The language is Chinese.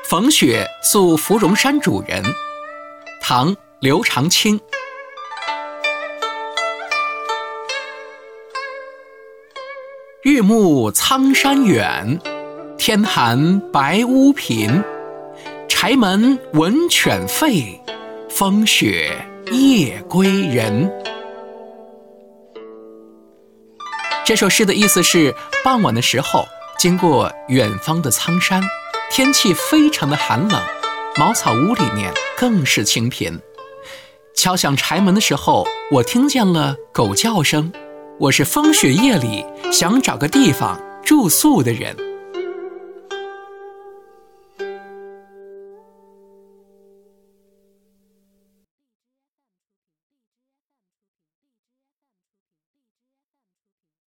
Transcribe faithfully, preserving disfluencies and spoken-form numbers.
冯雪诉芙蓉山主人，唐·刘长卿。日暮苍山远，天寒白屋贫。柴门闻犬吠，风雪夜归人。这首诗的意思是，傍晚的时候，经过远方的苍山，天气非常的寒冷，茅草屋里面更是清贫。敲响柴门的时候，我听见了狗叫声。我是风雪夜里想找个地方住宿的人。